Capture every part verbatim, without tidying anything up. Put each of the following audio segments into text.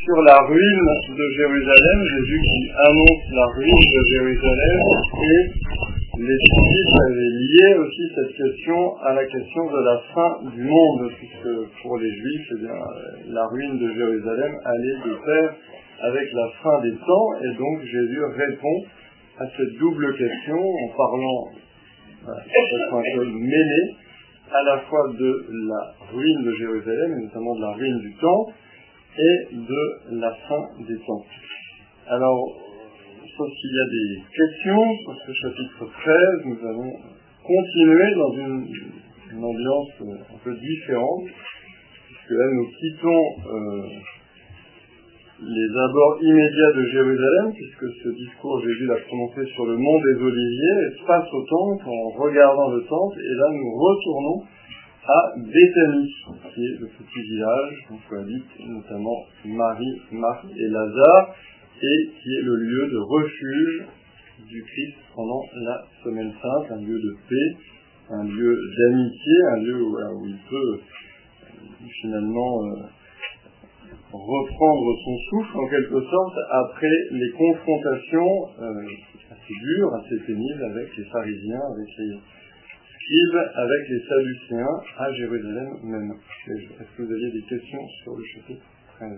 sur la ruine de Jérusalem, Jésus qui annonce la ruine de Jérusalem, et les disciples avaient lié aussi cette question à la question de la fin du monde, puisque pour les Juifs, eh bien, la ruine de Jérusalem allait de pair avec la fin des temps, et donc Jésus répond à cette double question en parlant voilà, de façon un peu mêlée, à la fois de la ruine de Jérusalem, et notamment de la ruine du temple, et de la fin des temps. Alors, sauf s'il y a des questions sur ce chapitre treize, nous allons continuer dans une, une ambiance un peu différente, puisque là nous quittons euh, les abords immédiats de Jérusalem, puisque ce discours Jésus l'a prononcé sur le mont des Oliviers, et face au temple, en regardant le temple, et là nous retournons à Béthanie, qui est le petit village où habitent notamment Marie, Marthe et Lazare, et qui est le lieu de refuge du Christ pendant la Semaine Sainte, un lieu de paix, un lieu d'amitié, un lieu où, où il peut euh, finalement euh, reprendre son souffle en quelque sorte après les confrontations euh, assez dures, assez pénibles avec les pharisiens, avec les scribes, avec les sadducéens à Jérusalem même. Est-ce que vous aviez des questions sur le chapitre treize?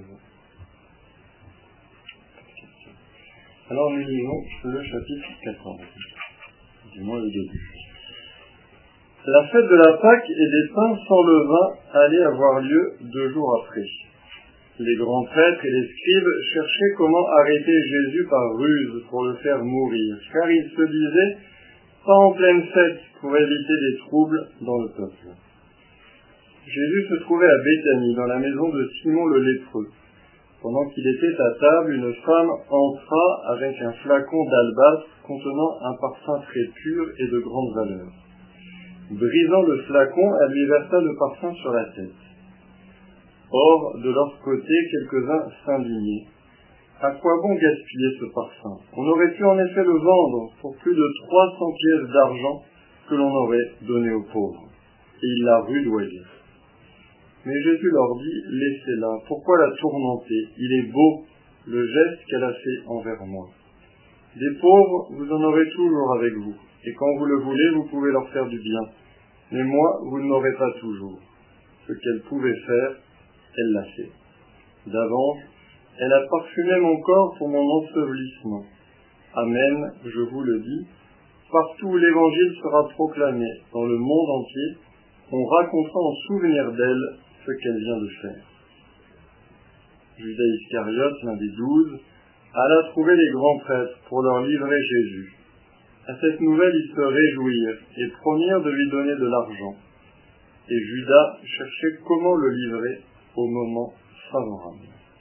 Alors nous lisons le chapitre quatorze, du moins le début. La fête de la Pâque et des pains sans levain allait avoir lieu deux jours après. Les grands prêtres et les scribes cherchaient comment arrêter Jésus par ruse pour le faire mourir, car ils se disaient pas en pleine fête pour éviter des troubles dans le peuple. Jésus se trouvait à Béthanie, dans la maison de Simon le lépreux. Pendant qu'il était à table, une femme entra avec un flacon d'albâtre contenant un parfum très pur et de grande valeur. Brisant le flacon, elle lui versa le parfum sur la tête. Or, de leur côté, quelques-uns s'indignaient. À quoi bon gaspiller ce parfum? On aurait pu en effet le vendre pour plus de trois cents pièces d'argent que l'on aurait donné aux pauvres. Et il la rudoyait. Mais Jésus leur dit, laissez-la, pourquoi la tourmenter? Il est beau, le geste qu'elle a fait envers moi. Des pauvres, vous en aurez toujours avec vous, et quand vous le voulez, vous pouvez leur faire du bien. Mais moi, vous ne l'aurez pas toujours. Ce qu'elle pouvait faire, elle l'a fait. D'avance, elle a parfumé mon corps pour mon ensevelissement. Amen, je vous le dis, partout où l'évangile sera proclamé, dans le monde entier, on racontera en souvenir d'elle ce qu'elle vient de faire. Judas Iscariote, l'un des douze, alla trouver les grands prêtres pour leur livrer Jésus. À cette nouvelle, ils se réjouirent et promirent de lui donner de l'argent. Et Judas cherchait comment le livrer au moment favorable.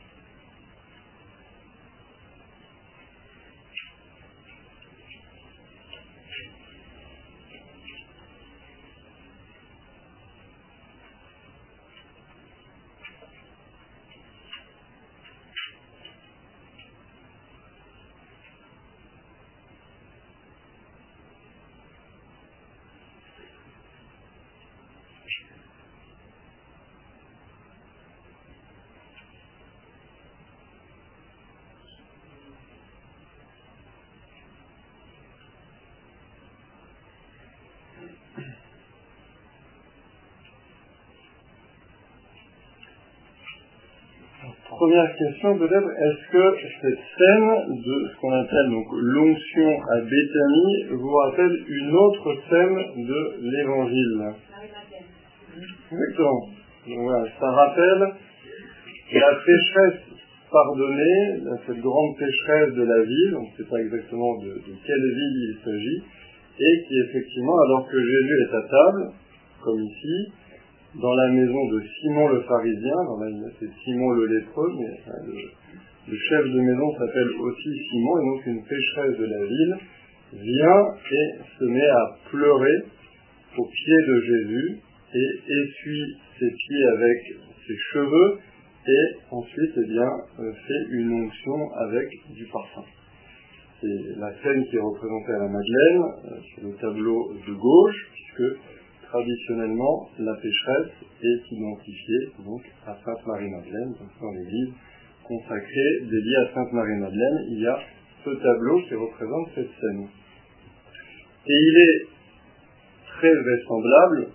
Première question peut-être, est-ce que cette scène de ce qu'on appelle donc l'onction à Béthanie vous rappelle une autre scène de l'évangile? Exactement. Donc voilà, ça rappelle la pécheresse pardonnée, cette grande pécheresse de la ville, on ne sait pas exactement de, de quelle ville il s'agit, et qui effectivement, alors que Jésus est à table, comme ici, dans la maison de Simon le pharisien, dans la, c'est Simon le lépreux, mais enfin, le, le chef de maison s'appelle aussi Simon, et donc une pécheresse de la ville vient et se met à pleurer aux pieds de Jésus, et essuie ses pieds avec ses cheveux, et ensuite eh bien, fait une onction avec du parfum. C'est la scène qui est représentée à la Madeleine, euh, sur le tableau de gauche, puisque traditionnellement, la pécheresse est identifiée donc à Sainte Marie-Madeleine, donc dans l'église, consacrée, dédiée à Sainte Marie-Madeleine, il y a ce tableau qui représente cette scène. Et il est très vraisemblable,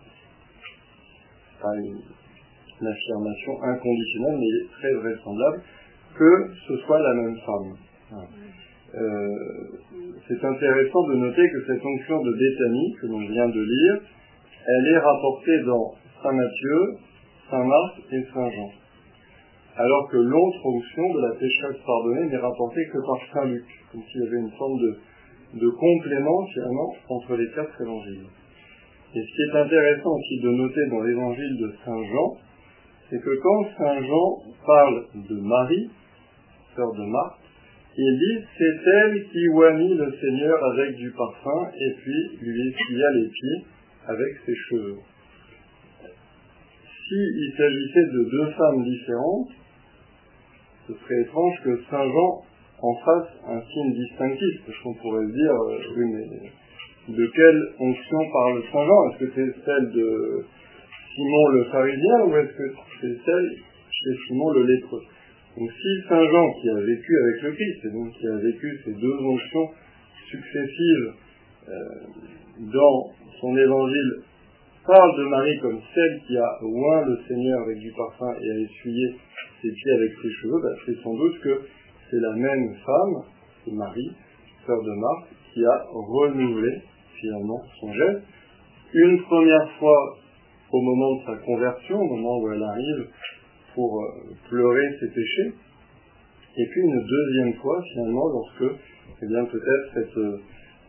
pas une, une affirmation inconditionnelle, mais il est très vraisemblable que ce soit la même femme. Euh, c'est intéressant de noter que cette onction de Béthanie, que l'on vient de lire, elle est rapportée dans Saint Matthieu, Saint Marc et Saint Jean. Alors que l'autre onction de la pécheresse pardonnée n'est rapportée que par Saint Luc, comme s'il y avait une forme de, de complément finalement entre les quatre évangiles. Et ce qui est intéressant aussi de noter dans l'évangile de Saint Jean, c'est que quand Saint Jean parle de Marie, sœur de Marthe, il dit « c'est elle qui oignit le Seigneur avec du parfum et puis lui essuya les pieds avec ses cheveux ». S'il s'agissait de deux femmes différentes, ce serait étrange que Saint Jean en fasse un signe distinctif, parce qu'on pourrait se dire, euh, oui mais de quelle onction parle Saint Jean? Est-ce que c'est celle de Simon le pharisien ou est-ce que c'est celle chez Simon le lépreux? Donc si Saint Jean, qui a vécu avec le Christ, et donc qui a vécu ces deux onctions successives euh, dans son évangile, parle de Marie comme celle qui a oint le Seigneur avec du parfum et a essuyé ses pieds avec ses cheveux, bah, c'est sans doute que c'est la même femme, c'est Marie, sœur de Marthe, qui a renouvelé finalement son geste. Une première fois au moment de sa conversion, au moment où elle arrive pour euh, pleurer ses péchés, et puis une deuxième fois finalement lorsque, eh bien peut-être cette, euh,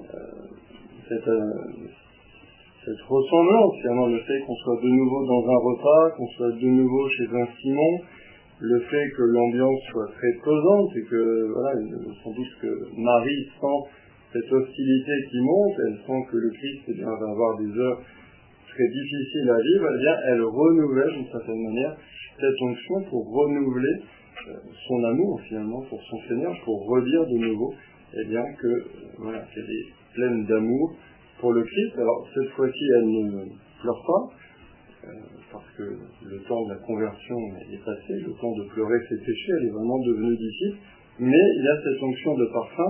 cette, euh, cette ressemblance, finalement le fait qu'on soit de nouveau dans un repas, qu'on soit de nouveau chez un Simon, le fait que l'ambiance soit très pesante et que, voilà, sans doute que Marie sent cette hostilité qui monte, elle sent que le Christ eh bien, va avoir des heures très difficiles à vivre, eh bien, elle renouvelle d'une certaine manière cette onction pour renouveler euh, son amour finalement pour son Seigneur, pour redire de nouveau eh bien, que, euh, voilà, qu'elle est pleine d'amour pour le Christ. Alors cette fois-ci elle ne pleure pas, euh, parce que le temps de la conversion est passé, le temps de pleurer ses péchés, elle est vraiment devenue disciple, mais il y a cette onction de parfum.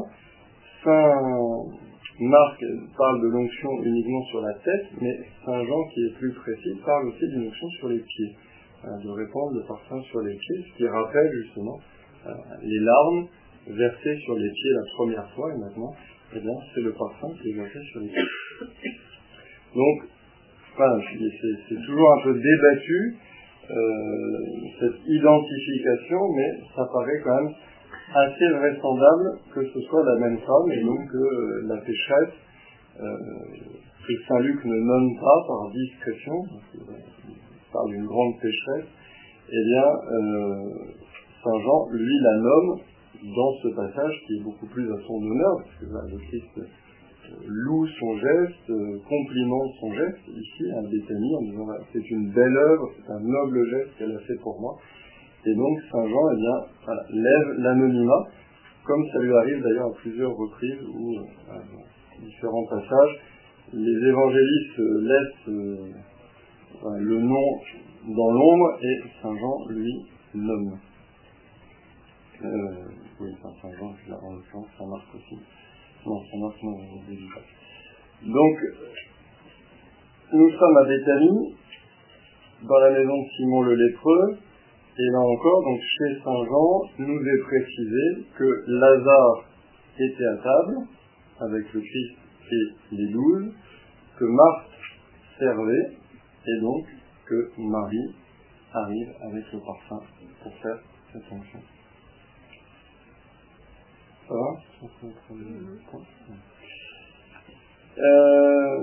Saint Marc parle de l'onction uniquement sur la tête, mais Saint Jean, qui est plus précis, parle aussi d'une onction sur les pieds, hein, de répandre le parfum sur les pieds, ce qui rappelle justement euh, les larmes versées sur les pieds la première fois, et maintenant, eh bien, c'est le parfum qui est versé sur les pieds. Donc, enfin, c'est, c'est toujours un peu débattu, euh, cette identification, mais ça paraît quand même assez vraisemblable que ce soit la même femme, et donc que euh, la pécheresse, euh, que Saint Luc ne nomme pas par discrétion, parce qu'il parle d'une grande pécheresse, eh bien, euh, Saint Jean, lui, la nomme dans ce passage qui est beaucoup plus à son honneur, parce que là, le Christ loue son geste, euh, complimente son geste, ici, à Béthanie, en disant, c'est une belle œuvre, c'est un noble geste qu'elle a fait pour moi. Et donc, Saint Jean, eh bien, voilà, lève l'anonymat, comme ça lui arrive d'ailleurs à plusieurs reprises, où, euh, à différents passages, les évangélistes laissent euh, voilà, le nom dans l'ombre, et Saint Jean, lui, nomme. Euh, oui, enfin, Saint Jean, là, en l'occurrence, Saint Marc aussi. Non, Saint Marc, non, je ne dis pas. Donc, nous sommes à Béthanie, dans la maison de Simon le lépreux, et là encore, donc chez Saint Jean, nous est précisé que Lazare était à table, avec le Christ et les douze, que Marthe servait, et donc que Marie arrive avec le parfum pour faire cette onction. Ça va? euh...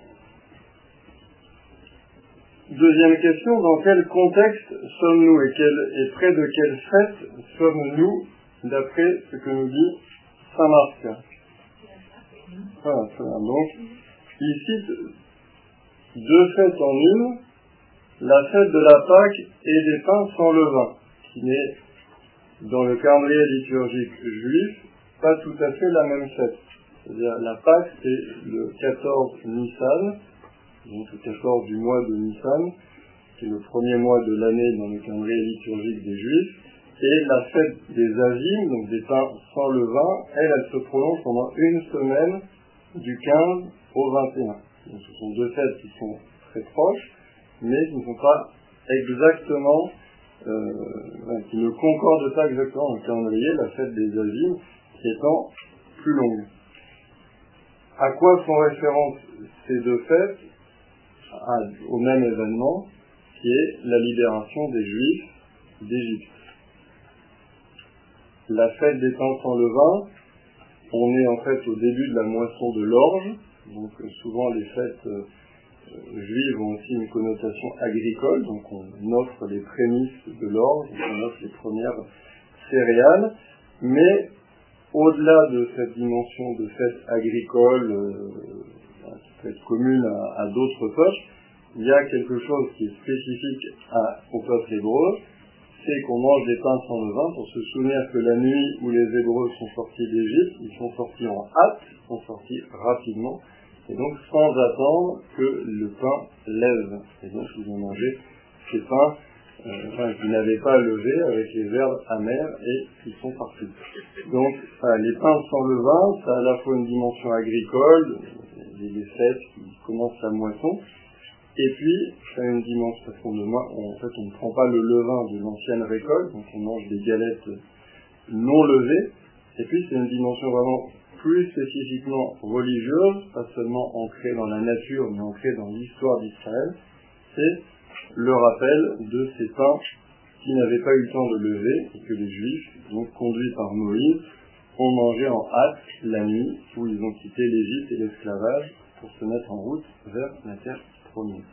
Deuxième question, dans quel contexte sommes-nous et, quel, et près de quelle fête sommes-nous d'après ce que nous dit Saint Marc? Voilà, très bien. Donc, il cite deux fêtes en une, la fête de la Pâque et des pains sans levain, qui n'est, dans le calendrier liturgique juif, pas tout à fait la même fête. C'est-à-dire, la Pâque, c'est le quatorze Nissan, donc le quatorze du mois de Nissan, qui est le premier mois de l'année dans le calendrier liturgique des Juifs, Et la fête des Avimes, donc des pains sans levain, elle, elle se prolonge pendant une semaine du quinze au vingt et un. Donc ce sont deux fêtes qui sont très proches, mais qui ne sont pas exactement, euh, qui ne concordent pas exactement dans le calendrier, la fête des Avimes étant plus longue. À quoi sont référentes ces deux fêtes? À, au même événement, qui est la libération des Juifs d'Égypte. La fête des pains sans levain, on est en fait au début de la moisson de l'orge, donc euh, souvent les fêtes euh, juives ont aussi une connotation agricole, donc on offre les prémices de l'orge, donc on offre les premières céréales, mais au-delà de cette dimension de fête agricole, euh, qui peut être commune à, à d'autres peuples, il y a quelque chose qui est spécifique à, au peuple hébreu, c'est qu'on mange des pains sans levain pour se souvenir que la nuit où les Hébreux sont sortis d'Égypte, ils sont sortis en hâte, ils sont sortis rapidement, et donc sans attendre que le pain lève. Et donc ils ont mangé ces pains euh, enfin, qui n'avaient pas levé avec les herbes amères et qui sont partis. Donc enfin, les pains sans levain, ça a à la fois une dimension agricole, il y a des fêtes qui commencent la moisson, et puis, ça a une dimension, parce qu'on ne, en fait, on ne prend pas le levain de l'ancienne récolte, donc on mange des galettes non levées, et puis c'est une dimension vraiment plus spécifiquement religieuse, pas seulement ancrée dans la nature, mais ancrée dans l'histoire d'Israël, c'est le rappel de ces pains qui n'avaient pas eu le temps de lever, et que les Juifs, donc conduits par Moïse, ont mangé en hâte la nuit où ils ont quitté l'Égypte et l'esclavage pour se mettre en route vers la terre promise.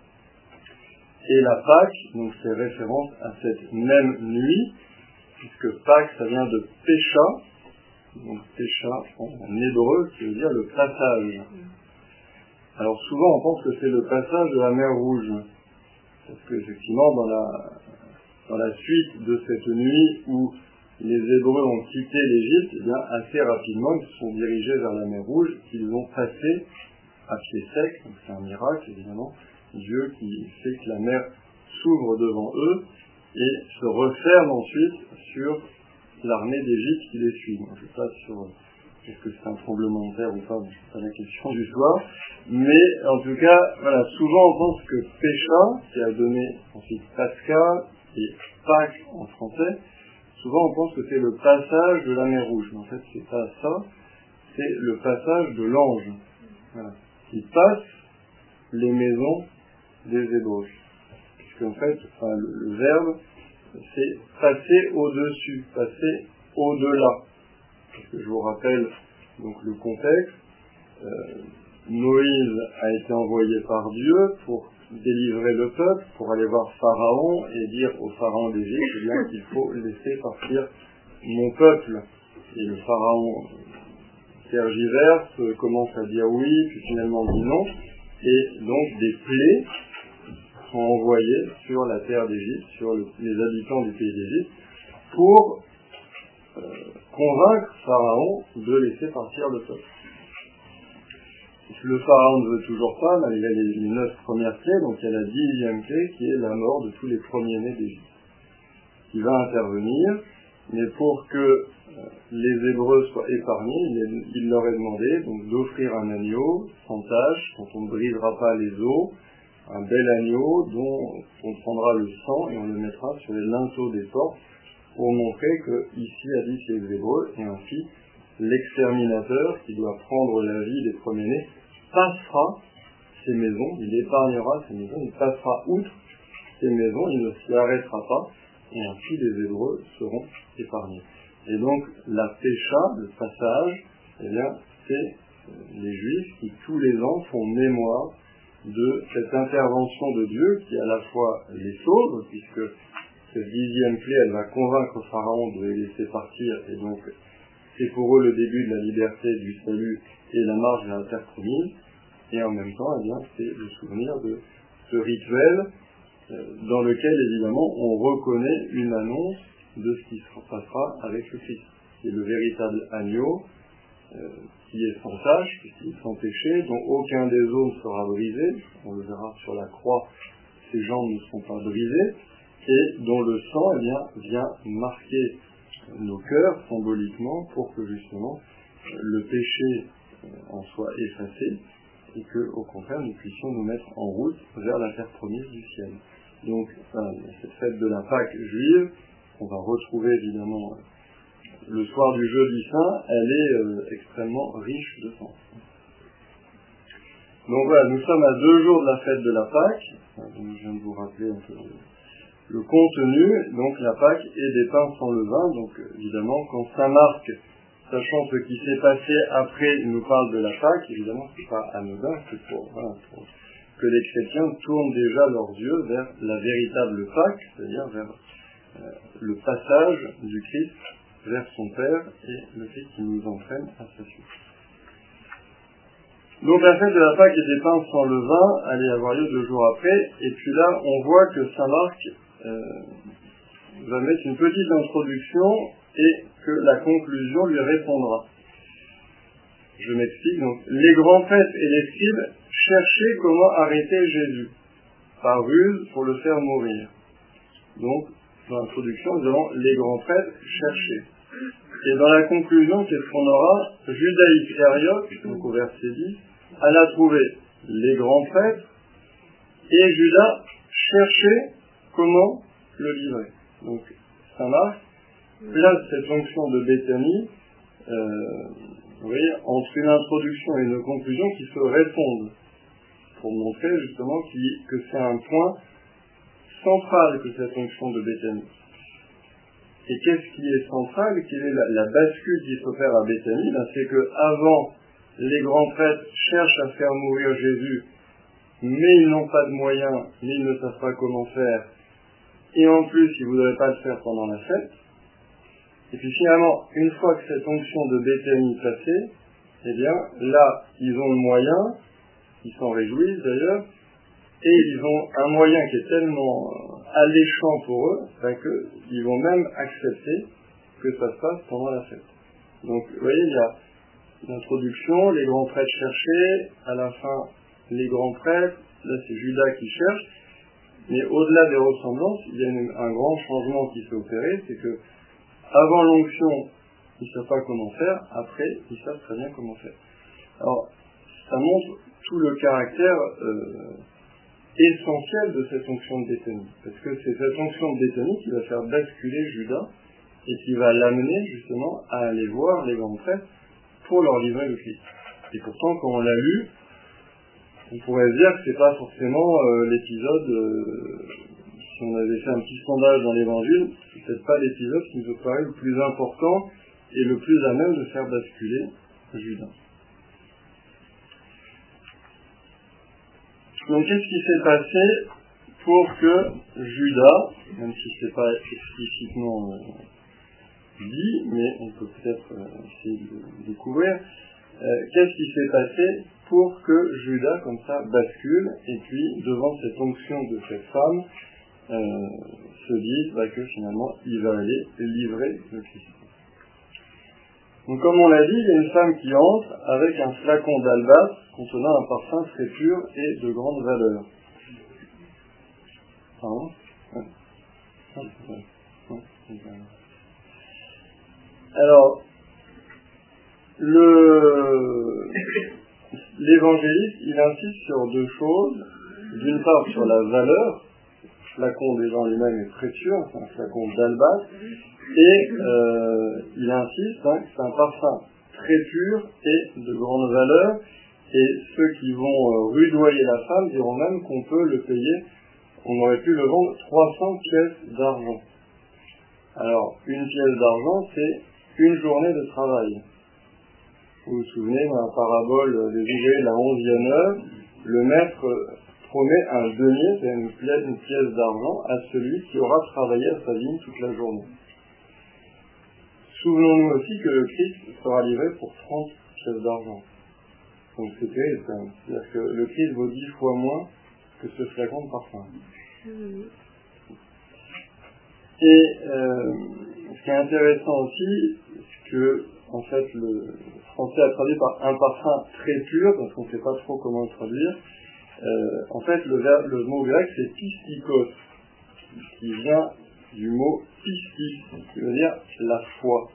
Et la Pâque, donc c'est référence à cette même nuit, puisque Pâque, ça vient de Pécha, donc Pécha en hébreu, qui veut dire le passage. Alors souvent on pense que c'est le passage de la mer Rouge, parce qu'effectivement dans la, dans la suite de cette nuit où les Hébreux ont quitté l'Égypte, eh bien assez rapidement ils se sont dirigés vers la mer Rouge, qu'ils ont passé à pied sec, donc c'est un miracle évidemment, Dieu qui fait que la mer s'ouvre devant eux et se referme ensuite sur l'armée d'Égypte qui les suit. Donc, je ne sais pas sur est-ce que c'est un tremblement de terre ou pas, c'est pas la question du soir, mais en tout cas, voilà, souvent on pense que Pécha, qui a donné ensuite Pascha et Pâques en français, souvent on pense que c'est le passage de la mer Rouge, mais en fait c'est pas ça, c'est le passage de l'ange, voilà, qui passe les maisons des Hébreux. Puisqu'en fait, enfin, le, le verbe, c'est passer au-dessus, passer au-delà. Parce que je vous rappelle donc le contexte, euh, Moïse a été envoyé par Dieu pour délivrer le peuple, pour aller voir Pharaon et dire au Pharaon d'Égypte eh bien qu'il faut laisser partir mon peuple. Et le Pharaon tergiverse, commence à dire oui, puis finalement dit non. Et donc des plaies sont envoyées sur la terre d'Égypte, sur le, les habitants du pays d'Égypte, pour euh, convaincre Pharaon de laisser partir le peuple. Le Pharaon ne veut toujours pas, malgré les, les neuf premières clés, donc il y a la dixième clé qui est la mort de tous les premiers-nés d'Égypte, qui va intervenir, mais pour que euh, les Hébreux soient épargnés, il, il leur est demandé donc d'offrir un agneau sans tache, dont on ne brisera pas les os, un bel agneau dont on prendra le sang et on le mettra sur les linteaux des portes pour montrer que ici habitent les Hébreux, et ainsi l'exterminateur qui doit prendre la vie des premiers-nés passera ces maisons, il épargnera ces maisons, il passera outre ces maisons, il ne s'y arrêtera pas, et ainsi les Hébreux seront épargnés. Et donc la pécha, le passage, eh bien, c'est les Juifs qui tous les ans font mémoire de cette intervention de Dieu qui à la fois les sauve, puisque cette dixième clé, elle va convaincre Pharaon de les laisser partir, et donc c'est pour eux le début de la liberté, du salut et la marche vers la terre promise, et en même temps, eh bien, c'est le souvenir de ce rituel euh, dans lequel évidemment on reconnaît une annonce de ce qui se passera avec le Christ, qui est le véritable agneau, euh, qui est sans tache, qui est sans péché, dont aucun des os ne sera brisé. On le verra sur la croix, ses jambes ne seront pas brisées, et dont le sang eh bien, vient marquer nos cœurs symboliquement pour que justement le péché en soit effacé et que, au contraire, nous puissions nous mettre en route vers la terre promise du ciel. Donc, enfin, cette fête de la Pâque juive, qu'on va retrouver évidemment le soir du jeudi saint, elle est euh, extrêmement riche de sens. Donc voilà, nous sommes à deux jours de la fête de la Pâque. Donc, je viens de vous rappeler un peu le, le contenu. Donc la Pâque est des pains sans levain. Donc évidemment, quand saint Marc, sachant ce qui s'est passé après, nous parle de la Pâque, évidemment, c'est pas anodin, c'est pour, voilà, pour que les chrétiens tournent déjà leurs yeux vers la véritable Pâque, c'est-à-dire vers euh, le passage du Christ vers son Père et le fait qu'il nous entraîne à sa suite. Donc la fête de la Pâque et des pains sans levain allait avoir lieu deux jours après, et puis là on voit que saint Marc euh, va mettre une petite introduction et que la conclusion lui répondra. Je m'explique, donc les grands prêtres et les scribes cherchaient comment arrêter Jésus, par ruse pour le faire mourir. Donc dans l'introduction nous avons les grands prêtres cherchaient. Et dans la conclusion, qu'est-ce qu'on aura? Judas Iscariote, donc au verset dix, elle a trouvé les grands prêtres et Judas cherchait comment le livrer. Donc saint Marc place cette onction de Béthanie euh, vous voyez, entre une introduction et une conclusion qui se répondent pour montrer justement que c'est un point central que cette onction de Béthanie. Et qu'est-ce qui est central? Quelle est la, la bascule qui s'opère à Béthanie? Ben, c'est que avant, les grands prêtres cherchent à faire mourir Jésus, mais ils n'ont pas de moyens, mais ils ne savent pas comment faire. Et en plus, ils ne voudraient pas le faire pendant la fête. Et puis finalement, une fois que cette onction de Béthanie est passée, eh bien, là, ils ont le moyen, ils s'en réjouissent d'ailleurs, et ils ont un moyen qui est tellement alléchant pour eux, ben qu'ils vont même accepter que ça se passe pendant la fête. Donc, vous voyez, il y a l'introduction, les grands prêtres cherchaient, à la fin, les grands prêtres, là c'est Judas qui cherche, mais au-delà des ressemblances, il y a une, un grand changement qui s'est opéré, c'est que avant l'onction, ils ne savent pas comment faire, après, ils savent très bien comment faire. Alors, ça montre tout le caractère euh, essentiel de cette onction de Béthanie, parce que c'est cette onction de Béthanie qui va faire basculer Judas et qui va l'amener justement à aller voir les grands prêtres pour leur livrer le Christ. Et pourtant, quand on l'a lu, on pourrait se dire que c'est pas forcément euh, l'épisode, euh, si on avait fait un petit sondage dans l'évangile, c'est peut-être pas l'épisode qui nous paraît le plus important et le plus à même de faire basculer Judas. Donc qu'est-ce qui s'est passé pour que Judas, même si ce n'est pas explicitement euh, dit, mais on peut peut-être euh, essayer de découvrir, euh, qu'est-ce qui s'est passé pour que Judas, comme ça, bascule, et puis, devant cette onction de cette femme, euh, se dise bah, que finalement, il va aller livrer le Christ. Donc, comme on l'a dit, il y a une femme qui entre avec un flacon d'albâtre contenant un parfum très pur et de grande valeur. Pardon ? Alors, le... l'évangéliste, il insiste sur deux choses. D'une part, sur la valeur. Le flacon déjà en lui-même est précieux, c'est un flacon d'albâtre. Et euh, il insiste hein, que c'est un parfum très pur et de grande valeur. Et ceux qui vont euh, rudoyer la femme diront même qu'on peut le payer, on aurait pu le vendre trois cents pièces d'argent. Alors, une pièce d'argent, c'est une journée de travail. Vous vous souvenez, dans la parabole des ouvriers de la onzième heure, le maître promet un denier, c'est une pièce, une pièce d'argent, à celui qui aura travaillé à sa vigne toute la journée. Souvenons-nous aussi que le Christ sera livré pour trente pièces d'argent. Donc c'est terrible quand même. C'est-à-dire que le Christ vaut dix fois moins que ce flacon de parfum. Et euh, ce qui est intéressant aussi, c'est que en fait le français a traduit par un parfum très pur, parce qu'on ne sait pas trop comment le traduire. Euh, en fait le, verbe, le mot grec c'est pistikos. qui vient du mot pistis, qui veut dire la foi.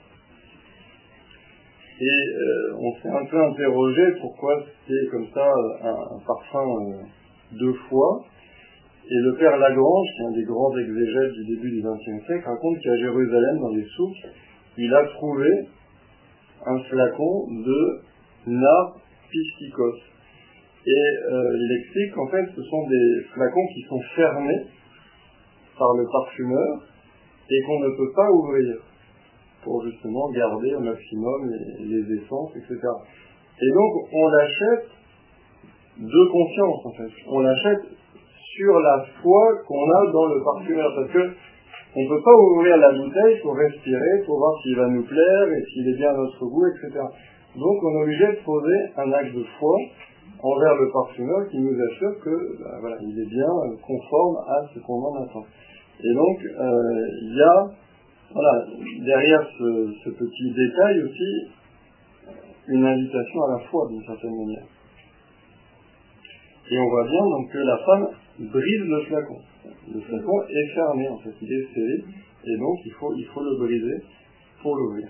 Et euh, on s'est un peu interrogé pourquoi c'était comme ça un, un parfum euh, de foi. Et le père Lagrange, qui est un des grands exégètes du début du vingtième siècle, raconte qu'à Jérusalem, dans les souks, il a trouvé un flacon de nard pistikos. Et euh, il explique qu'en fait, ce sont des flacons qui sont fermés par le parfumeur et qu'on ne peut pas ouvrir pour justement garder au maximum les, les essences, et cetera. Et donc, on l'achète de confiance, en fait. On l'achète sur la foi qu'on a dans le parfumeur, parce que on ne peut pas ouvrir la bouteille pour respirer, pour voir s'il va nous plaire et s'il est bien à notre goût, et cetera. Donc, on est obligé de poser un acte de foi envers le parfumeur qui nous assure que, ben, voilà, il est bien conforme à ce qu'on en attend. Et donc, euh, il y a Voilà, derrière ce, ce petit détail aussi, une invitation à la foi d'une certaine manière. Et on voit bien donc que la femme brise le flacon. Le flacon est fermé en fait, il est scellé, et donc il faut, il faut le briser pour l'ouvrir.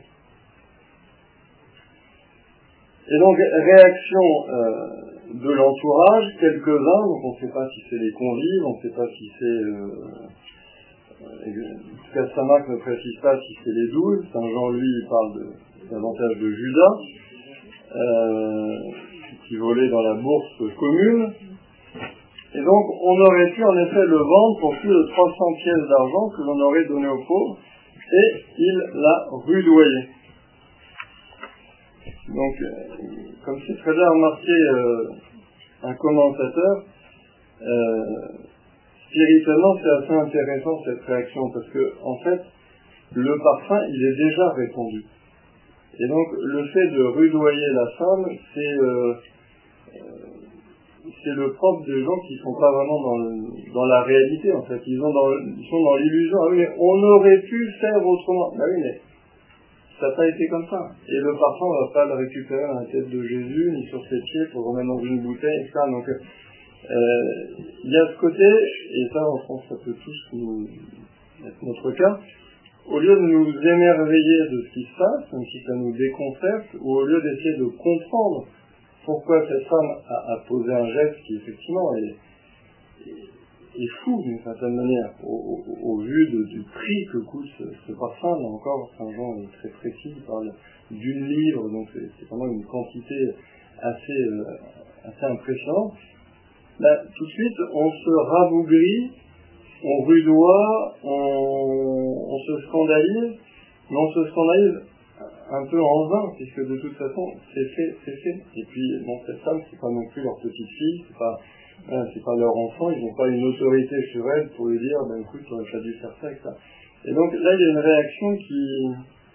Et donc, réaction euh, de l'entourage, quelques-uns, donc on ne sait pas si c'est les convives, on ne sait pas si c'est... Euh, Saint Marc ne précise pas si c'est les douze. Saint Jean, lui, il parle de, davantage de Judas, euh, qui volait dans la bourse commune. Et donc, on aurait pu en effet le vendre pour plus de trois cents pièces d'argent que l'on aurait donné aux pauvres, et il l'a rudoyé. Donc, euh, comme c'est très bien remarqué euh, un commentateur, euh, spirituellement, c'est assez intéressant cette réaction, parce que, en fait, le parfum, il est déjà répandu. Et donc, le fait de rudoyer la femme, c'est, euh, euh, c'est le propre des gens qui sont pas vraiment dans, le, dans la réalité, en fait. Ils, ont dans, ils sont dans l'illusion. Ah oui, mais on aurait pu faire autrement. Ah oui, mais ça n'a pas été comme ça. Et le parfum, on va pas le récupérer dans la tête de Jésus, ni sur ses pieds pour remettre dans une bouteille, et cetera. Donc, Euh, il y a ce côté, et ça en France ça peut tous nous être notre cas, au lieu de nous émerveiller de ce qui se passe, même si ça nous déconcerte, ou au lieu d'essayer de comprendre pourquoi cette femme a, a posé un geste qui effectivement est, est, est fou d'une certaine manière, au, au, au vu de, du prix que coûte ce, ce parfum. Là encore, Saint Jean est très précis, il parle d'une livre, donc c'est, c'est vraiment une quantité assez, euh, assez impressionnante. Là, tout de suite, on se rabougrit, on rudoie, on, on se scandalise, mais on se scandalise un peu en vain, puisque de toute façon, c'est fait, c'est fait. Et puis, bon, cette femme, c'est pas non plus leur petite fille, c'est pas, hein, c'est pas leur enfant, ils n'ont pas une autorité sur elle pour lui dire, ben écoute, tu aurais dû faire ça et ça. Et donc, là, il y a une réaction qui,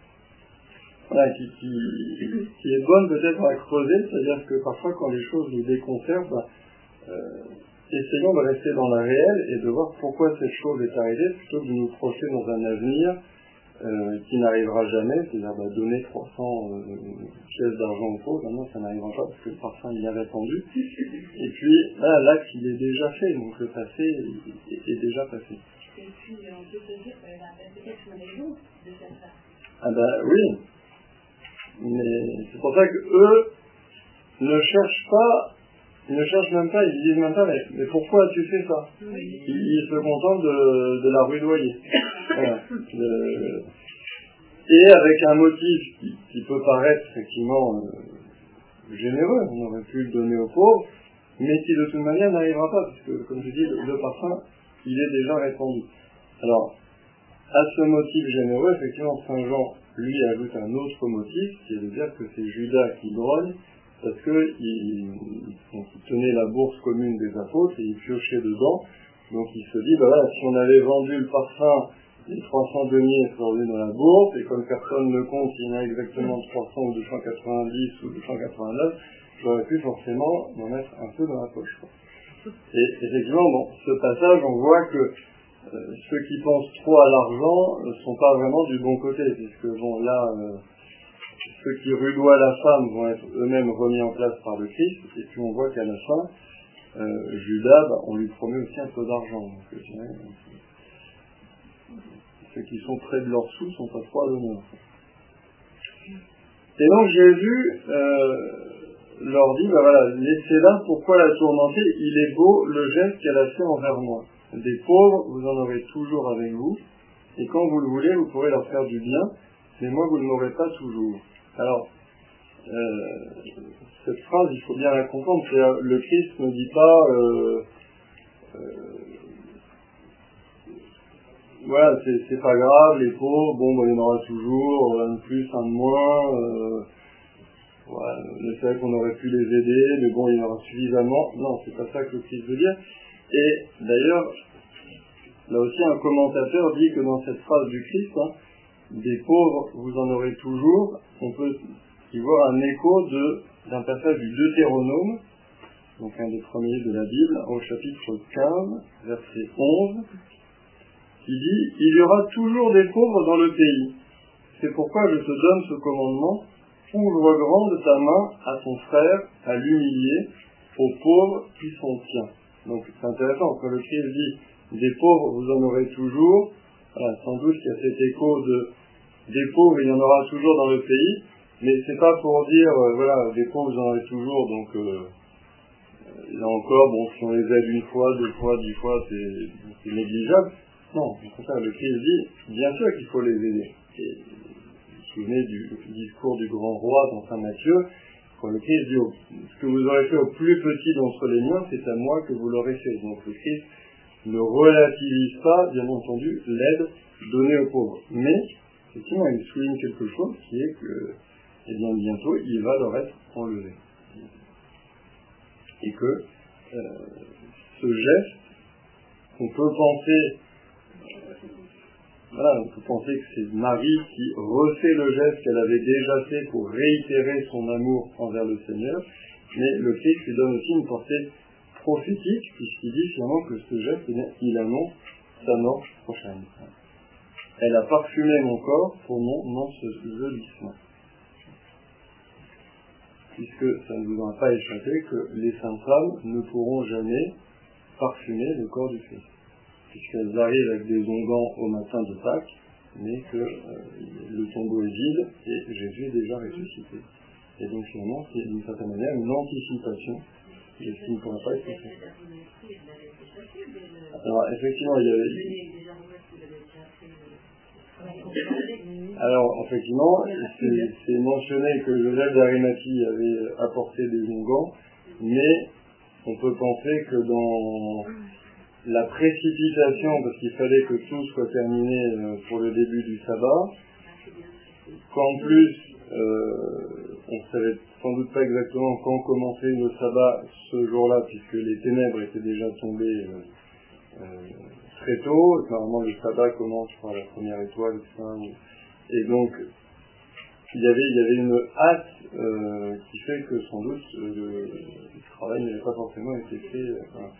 voilà, qui, qui, qui est bonne peut-être à creuser, c'est-à-dire que parfois, quand les choses nous déconcertent, ben, Euh, essayons de rester dans la réelle et de voir pourquoi cette chose est arrivée, plutôt que de nous projeter dans un avenir euh, qui n'arrivera jamais, c'est-à-dire bah, donner trois cents euh, pièces d'argent aux pauvres. Maintenant ça n'arrivera pas parce que le parfum il est répandu. Et puis là, l'acte il est déjà fait, donc le passé est, est déjà passé. Et puis on peut se dire qu'elle a peut-être une raison de faire ça. Ah bah oui, mais c'est pour ça que eux ne cherchent pas. Ils ne cherchent même pas, ils disent même pas, mais, mais pourquoi as-tu fait ça? Ils, ils se contentent de, de la rudoyer. Voilà. De, et avec un motif qui, qui peut paraître effectivement euh, généreux, on aurait pu le donner aux pauvres, mais qui de toute manière n'arrivera pas, parce que, comme je dis, le, le parfum, il est déjà répandu. Alors, à ce motif généreux, effectivement, Saint Jean, lui, ajoute un autre motif, qui est de dire que c'est Judas qui grogne, parce que il, donc, il tenait la bourse commune des apôtres et il piochait dedans. Donc il se dit, bah voilà, si on avait vendu le parfum, les trois cents deniers seraient revenus dans la bourse, et comme personne ne compte, il y en a exactement trois cents ou deux cent quatre-vingt-dix ou deux cent quatre-vingt-neuf, j'aurais pu forcément m'en mettre un peu dans la poche. Quoi. Et effectivement, bon, ce passage, on voit que euh, ceux qui pensent trop à l'argent ne sont pas vraiment du bon côté, puisque bon, là... Euh, ceux qui rudoient la femme vont être eux-mêmes remis en place par le Christ, et puis on voit qu'à la fin, euh, Judas, bah, on lui promet aussi un peu d'argent. Donc, ceux qui sont près de leur sou sont pas trop à l'honneur. Et donc Jésus euh, leur dit, ben voilà, laissez-la, pourquoi la tourmenter? Il est beau le geste qu'elle a fait envers moi. Des pauvres, vous en aurez toujours avec vous, et quand vous le voulez, vous pourrez leur faire du bien, mais moi, vous ne m'aurez pas toujours. Alors, euh, cette phrase, il faut bien la comprendre, c'est, euh, le Christ ne dit pas, euh, euh, voilà, c'est, c'est pas grave, les pauvres, bon, ben, il y en aura toujours, un de plus, un de moins, euh, voilà, c'est vrai qu'on aurait pu les aider, mais bon, il y en aura suffisamment. Non, c'est pas ça que le Christ veut dire. Et d'ailleurs, là aussi, un commentateur dit que dans cette phrase du Christ, hein, des pauvres, vous en aurez toujours, on peut y voir un écho de, d'un passage du Deutéronome, donc un des premiers de la Bible, au chapitre quinze, verset onze, qui dit « Il y aura toujours des pauvres dans le pays. C'est pourquoi je te donne ce commandement, ouvre grande ta main à ton frère, à l'humilier, aux pauvres qui sont tiens. » Donc c'est intéressant, quand le Christ dit « Des pauvres, vous en aurez toujours », voilà, sans doute qu'il y a cet écho de « Des pauvres, il y en aura toujours dans le pays », mais c'est pas pour dire euh, « Voilà, des pauvres, vous en aurez toujours », donc euh, là encore, bon, si on les aide une fois, deux fois, dix fois, c'est, c'est négligeable. Non, c'est ça, le Christ dit, bien sûr qu'il faut les aider. Et vous vous souvenez du discours du grand roi dans Saint Matthieu, quand le Christ dit, oh, ce que vous aurez fait au plus petit d'entre les miens, c'est à moi que vous l'aurez fait. Donc le Christ ne relativise pas, bien entendu, l'aide donnée aux pauvres. Mais, effectivement, il souligne quelque chose qui est que, eh bien, bientôt, il va leur être enlevé. Et que euh, ce geste, on peut penser, euh, voilà, on peut penser que c'est Marie qui refait le geste qu'elle avait déjà fait pour réitérer son amour envers le Seigneur, mais le Christ lui donne aussi une portée prophétique, puisqu'il dit finalement que ce geste, eh bien, il annonce sa mort prochaine. Elle a parfumé mon corps pour mon ensevelissement. Puisque ça ne vous aura pas échappé que les saintes femmes ne pourront jamais parfumer le corps du Christ, puisqu'elles arrivent avec des onguents au matin de Pâques, mais que euh, le tombeau est vide et Jésus est déjà ressuscité. Et donc finalement, c'est d'une certaine manière une anticipation de ce qui ne pourra pas être fait. Alors effectivement, il y avait... Alors, effectivement, c'est, c'est mentionné que Joseph d'Arimathie avait apporté des onguents, mais on peut penser que dans la précipitation, parce qu'il fallait que tout soit terminé pour le début du sabbat, qu'en plus, euh, on ne savait sans doute pas exactement quand commençait le sabbat ce jour-là, puisque les ténèbres étaient déjà tombées euh, euh, très tôt. Normalement, le sabbat commence par la première étoile, et cetera. Et donc, il y avait, il y avait une hâte euh, qui fait que sans doute euh, le, le travail n'avait pas forcément été fait. Euh, voilà.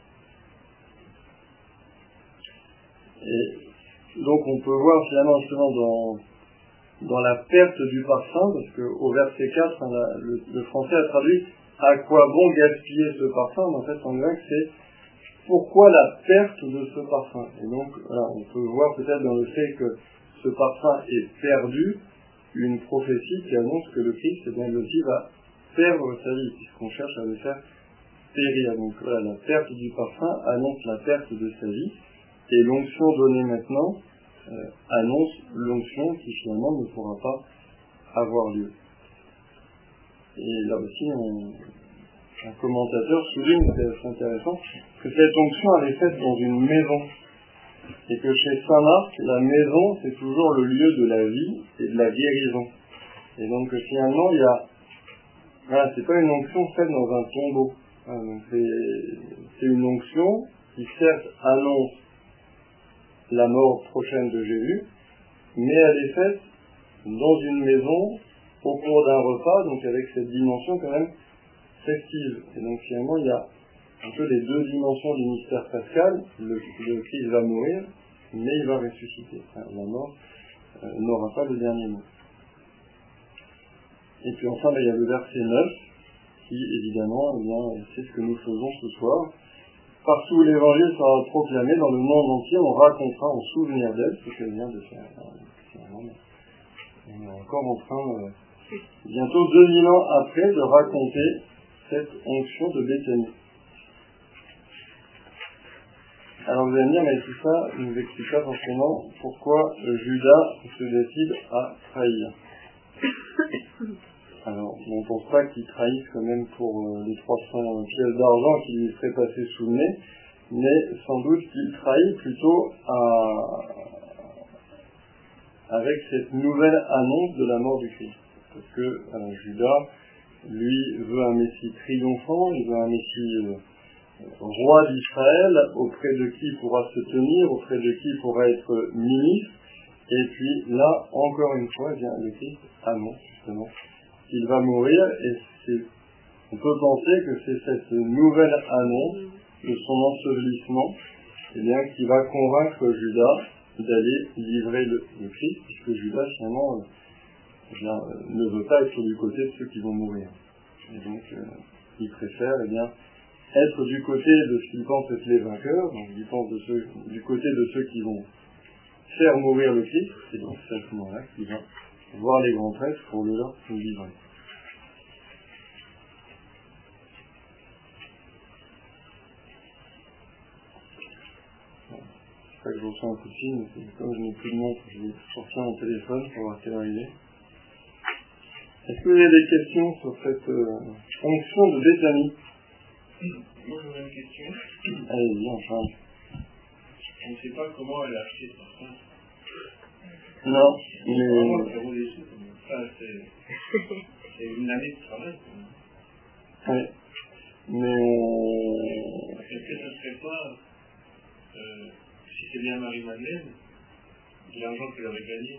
Et donc, on peut voir finalement justement dans, dans la perte du parfum, parce qu'au verset quatre, hein, la, le, le français a traduit « à quoi bon gaspiller ce parfum ?» En fait, en grec, c'est « pourquoi la perte de ce parfum ?» Et donc, voilà, on peut voir peut-être dans le fait que ce parfum est perdu, une prophétie qui annonce que le Christ, eh bien, lui aussi va perdre sa vie, puisqu'on cherche à le faire périr. Donc voilà, la perte du parfum annonce la perte de sa vie, et l'onction donnée maintenant euh, annonce l'onction qui finalement ne pourra pas avoir lieu. Et là aussi, on, un commentateur souligne, c'est assez intéressant, que cette onction elle est faite dans une maison. Et que chez Saint Marc, la maison, c'est toujours le lieu de la vie et de la guérison. Et donc finalement, il y a, voilà, c'est pas une onction faite dans un tombeau. Voilà, donc c'est, c'est une onction qui certes annonce la mort prochaine de Jésus, mais elle est faite dans une maison, au cours d'un repas, donc avec cette dimension quand même festive. Et donc finalement, il y a un peu les deux dimensions du mystère pascal. Le, le Christ va mourir, mais il va ressusciter. Enfin, la mort euh, n'aura pas le dernier mot. Et puis enfin, ben, il y a le verset neuf, qui évidemment, eh bien, c'est ce que nous faisons ce soir. partout où l'évangile sera proclamé dans le monde entier, on racontera en souvenir d'elle ce qu'elle vient de faire. On est encore en train, euh, bientôt deux mille ans après, de raconter cette onction de Béthanie. Alors vous allez me dire, mais tout ça ne nous explique pas forcément pourquoi Judas se décide à trahir. Alors, on ne pense pas qu'il trahisse quand même pour euh, les trois cents pièces d'argent qui lui seraient passées sous le nez, mais sans doute qu'il trahit plutôt à... avec cette nouvelle annonce de la mort du Christ. Parce que euh, Judas, lui, veut un Messie triomphant, il veut un Messie euh, roi d'Israël, auprès de qui il pourra se tenir, auprès de qui il pourra être ministre, et puis là, encore une fois, eh bien, le Christ annonce justement qu'il va mourir, et c'est, on peut penser que c'est cette nouvelle annonce de son ensevelissement, eh bien, qui va convaincre Judas d'aller livrer le, le Christ, puisque Judas, finalement, euh, eh bien, euh, ne veut pas être du côté de ceux qui vont mourir. Et donc, euh, il préfère, eh bien, être du côté de ce qu'il pense être les vainqueurs, donc il pense de ceux, du côté de ceux qui vont faire mourir le Christ, et donc c'est à ce moment-là qu'il va voir les grands prêtres pour le leur livrer. C'est pas que je reçois un coup de fil, mais c'est comme je n'ai plus de montre, je vais sortir mon téléphone pour voir quelle heure il est. Est-ce que vous avez des questions sur cette euh, fonction de Béthanie? Moi j'aurais une question. Allez-y, enfin. On ne sait pas comment elle a acheté son sein. Non, mais... Vraiment, ça vaut des sous. Enfin, c'est... c'est une année de travail. Oui. Mais on... Est-ce que ce serait pas, euh, si c'est bien Marie-Madeleine, de l'argent qu'elle aurait gagné?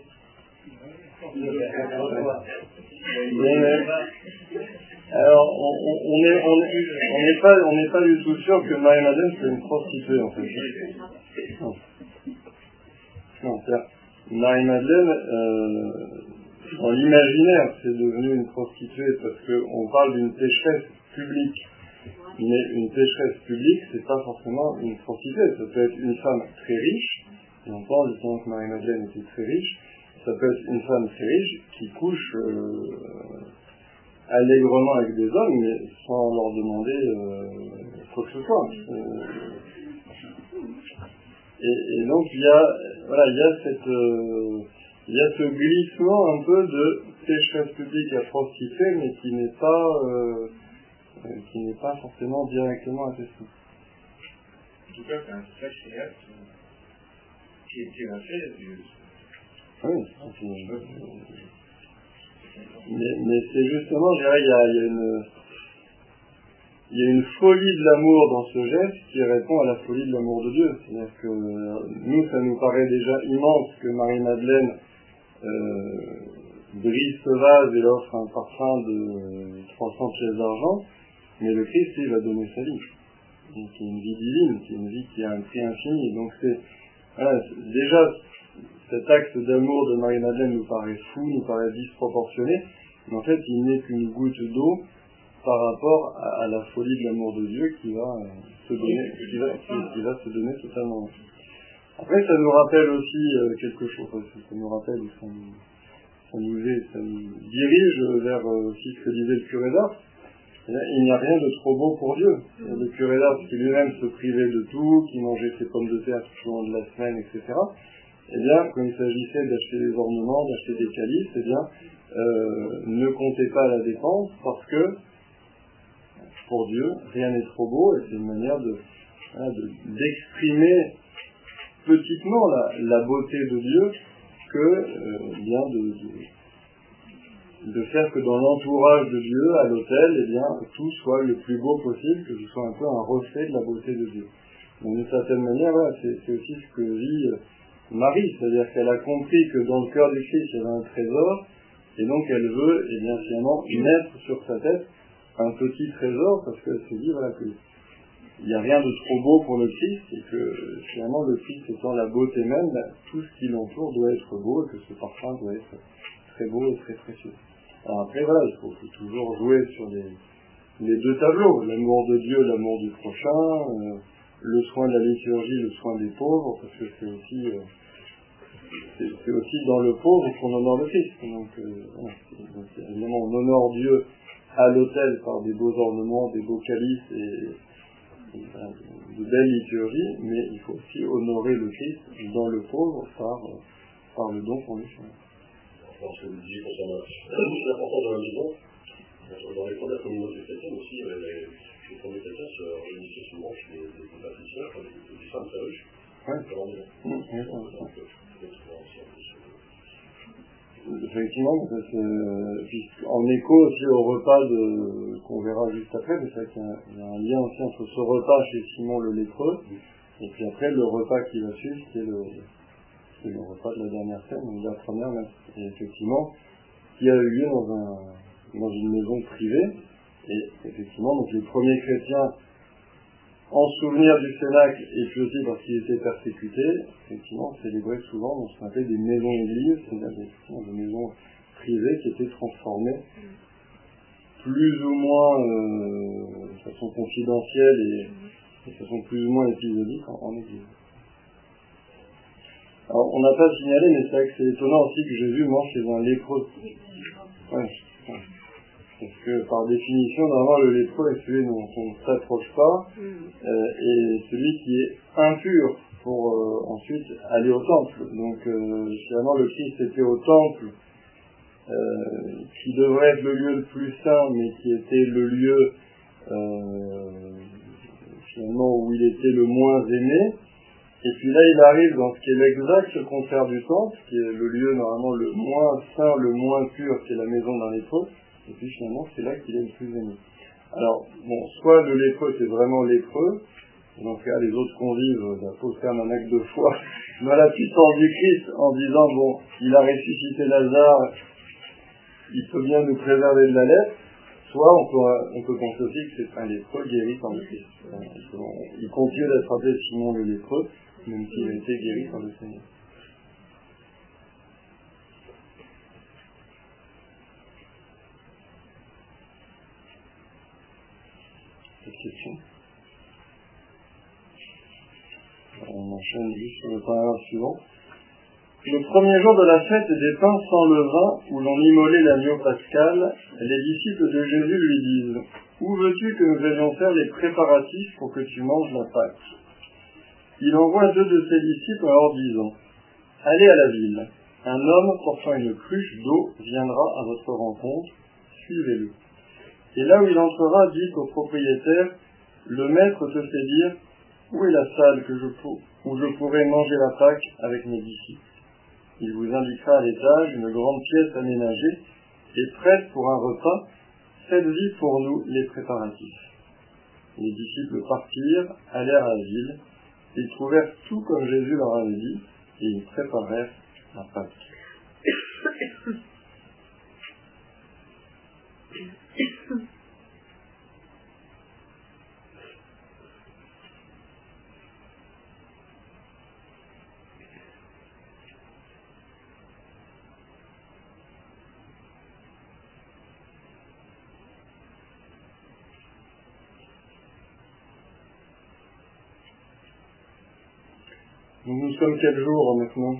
Mais, alors, on n'est on, on, on n'est pas, on n'est pas du tout sûr que Marie-Madeleine soit une prostituée, en fait. Non. Non, c'est-à-dire, Marie-Madeleine, euh, dans l'imaginaire, c'est devenu une prostituée parce qu'on parle d'une pécheresse publique. Mais une pécheresse publique, c'est pas forcément une prostituée. Ça peut être une femme très riche, et on pense justement que Marie-Madeleine était très riche. Ça peut être une femme très riche qui couche euh, allègrement avec des hommes, mais sans leur demander euh, quoi que ce soit. Euh, et, et donc il y a, voilà, il y a cette, euh, il y a ce glissement un peu de pécheresse publique à prostituée, mais qui n'est pas, euh, qui n'est pas forcément directement attesté. En tout cas, c'est un sacré acte qui est a fait. Oui, mais, mais c'est justement, je dirais, il y a, il y a une, il y a une folie de l'amour dans ce geste qui répond à la folie de l'amour de Dieu. C'est-à-dire que nous, ça nous paraît déjà immense que Marie-Madeleine euh, brise ce vase et leur offre un parfum de trois cents pièces d'argent, mais le Christ, il va donner sa vie. Donc, qui est une vie divine, qui est une vie qui a un prix infini. Donc c'est, voilà, c'est, déjà, cet acte d'amour de Marie-Madeleine nous paraît fou, nous paraît disproportionné, mais en fait, il n'est qu'une goutte d'eau par rapport à, à la folie de l'amour de Dieu qui va, euh, se, donner, qui, va, qui, qui va se donner totalement. Après, ça nous rappelle aussi euh, quelque chose, ça nous rappelle, ça nous, ça nous, est, ça nous dirige vers euh, aussi ce que disait le curé d'Ars. Il n'y a rien de trop beau pour Dieu. Le curé d'Ars qui lui-même se privait de tout, qui mangeait ses pommes de terre tout au long de la semaine, et cetera. Eh bien, quand il s'agissait d'acheter des ornements, d'acheter des calices, eh bien, euh, ne comptez pas la dépense parce que, pour Dieu, rien n'est trop beau et c'est une manière de, hein, de, d'exprimer petitement la, la beauté de Dieu que, euh, bien, de, de, de faire que dans l'entourage de Dieu, à l'autel, eh bien, tout soit le plus beau possible, que ce soit un peu un reflet de la beauté de Dieu. Donc, d'une certaine manière, voilà, c'est, c'est aussi ce que vit Marie, c'est-à-dire qu'elle a compris que dans le cœur du Christ, il y avait un trésor, et donc elle veut, eh bien, finalement, mettre sur sa tête un petit trésor, parce qu'elle se dit, voilà, qu'il n'y a rien de trop beau pour le Christ, et que, finalement, le Christ étant la beauté même, ben, tout ce qui l'entoure doit être beau, et que ce parfum doit être très beau et très précieux. Alors après, voilà, il faut, faut toujours jouer sur les, les deux tableaux, l'amour de Dieu, l'amour du prochain, euh, le soin de la liturgie, le soin des pauvres, parce que c'est aussi, euh, c'est, c'est aussi dans le pauvre qu'on honore le Christ. Donc, euh, voilà, c'est, donc évidemment, on honore Dieu à l'autel par des beaux ornements, des beaux calices et, et ben, de belles liturgies, mais il faut aussi honorer le Christ dans le pauvre par, euh, par le don qu'on lui fait. Je pense que vous disiez concernant l'importance de la maison, dans les premières communautés chrétiennes aussi, les, les premiers chrétiens se réunissaient souvent chez des, des bâtisseurs, des, des femmes très riches, dans leur maison. Effectivement, c'est, en écho aussi au repas de, qu'on verra juste après, c'est vrai qu'il y a, il y a un lien aussi entre ce repas chez Simon le lépreux, et puis après le repas qui va suivre, qui est le, c'est le repas de la dernière scène, donc la première messe. Et effectivement, qui a eu lieu dans, un, dans une maison privée, et effectivement, donc les premiers chrétiens, en souvenir du Cénacle, et puis aussi parce qu'ils étaient persécutés, effectivement, célébraient souvent dans ce qu'on appelle des maisons-églises, c'est-à-dire des, des maisons privées qui étaient transformées plus ou moins euh, de façon confidentielle et de façon plus ou moins épisodique en, en église. Alors, on n'a pas signalé, mais c'est vrai que c'est étonnant aussi que Jésus mange chez un lépreux. Ouais, ouais. Parce que par définition, normalement, le lépreux est celui dont on ne s'approche pas, euh, et celui qui est impur pour euh, ensuite aller au temple. Donc, euh, finalement, le Christ était au temple, euh, qui devrait être le lieu le plus saint, mais qui était le lieu, euh, finalement, où il était le moins aimé. Et puis là, il arrive dans ce qui est l'exact contraire du temple, qui est le lieu normalement le moins saint, le moins pur, qui est la maison d'un lépreux. Et puis finalement, c'est là qu'il est le plus aimé. Alors, bon, soit le lépreux, c'est vraiment lépreux, dans ce cas, les autres convives bah, peuvent faire un acte de foi dans la puissance du Christ, en disant, bon, il a ressuscité Lazare, il peut bien nous préserver de la lèpre. Soit on peut, on peut penser aussi que c'est un lépreux guéri par le Christ. Il continue d'être appelé Simon le lépreux, même s'il a été guéri par le Seigneur. Cette question. Alors, on enchaîne juste sur le paragraphe suivant. Le premier jour de la fête des pains sans levain, où l'on immolait l'agneau pascal, les disciples de Jésus lui disent « Où veux-tu que nous allions faire les préparatifs pour que tu manges la Pâque ?» Il envoie deux de ses disciples en leur disant « Allez à la ville, un homme portant une cruche d'eau viendra à votre rencontre, suivez-le. Et là où il entrera, dites au propriétaire, le maître te fait dire, où est la salle que je pour, où je pourrais manger la Pâque avec mes disciples? Il vous indiquera à l'étage une grande pièce aménagée et prête pour un repas, faites-y pour nous les préparatifs. Les disciples partirent, allèrent à la ville, ils trouvèrent tout comme Jésus leur avait dit, et ils préparèrent la Pâque. Donc nous sommes quel jour maintenant?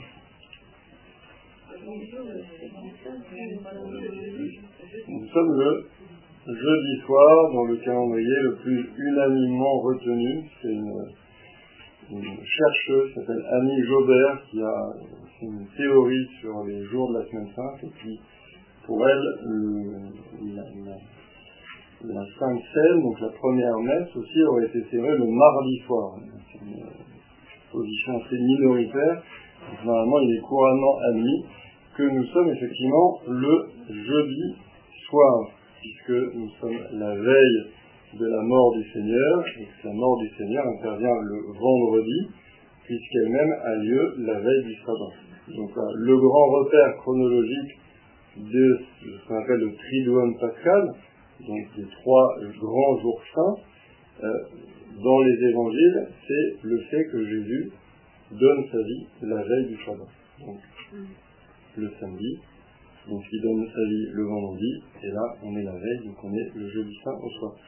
Nous sommes le jeudi soir dans le calendrier le plus unanimement retenu. C'est une, une chercheuse qui s'appelle Annie Jobert qui a une théorie sur les jours de la semaine sainte, et puis pour elle le, la, la, la Sainte Seine, donc la première messe aussi, aurait été célébrée le mardi soir. C'est une position assez minoritaire. Donc, normalement il est couramment admis que nous sommes effectivement le jeudi soir, puisque nous sommes la veille de la mort du Seigneur, et que la mort du Seigneur intervient le vendredi, puisqu'elle-même a lieu la veille du sabbat. Donc là, le grand repère chronologique de ce qu'on appelle le Triduum pascal, donc les trois grands jours saints, euh, dans les évangiles, c'est le fait que Jésus donne sa vie la veille du sabbat. Donc, le samedi, donc il donne sa vie le vendredi, et là on est la veille, donc on est le jeudi saint au soir.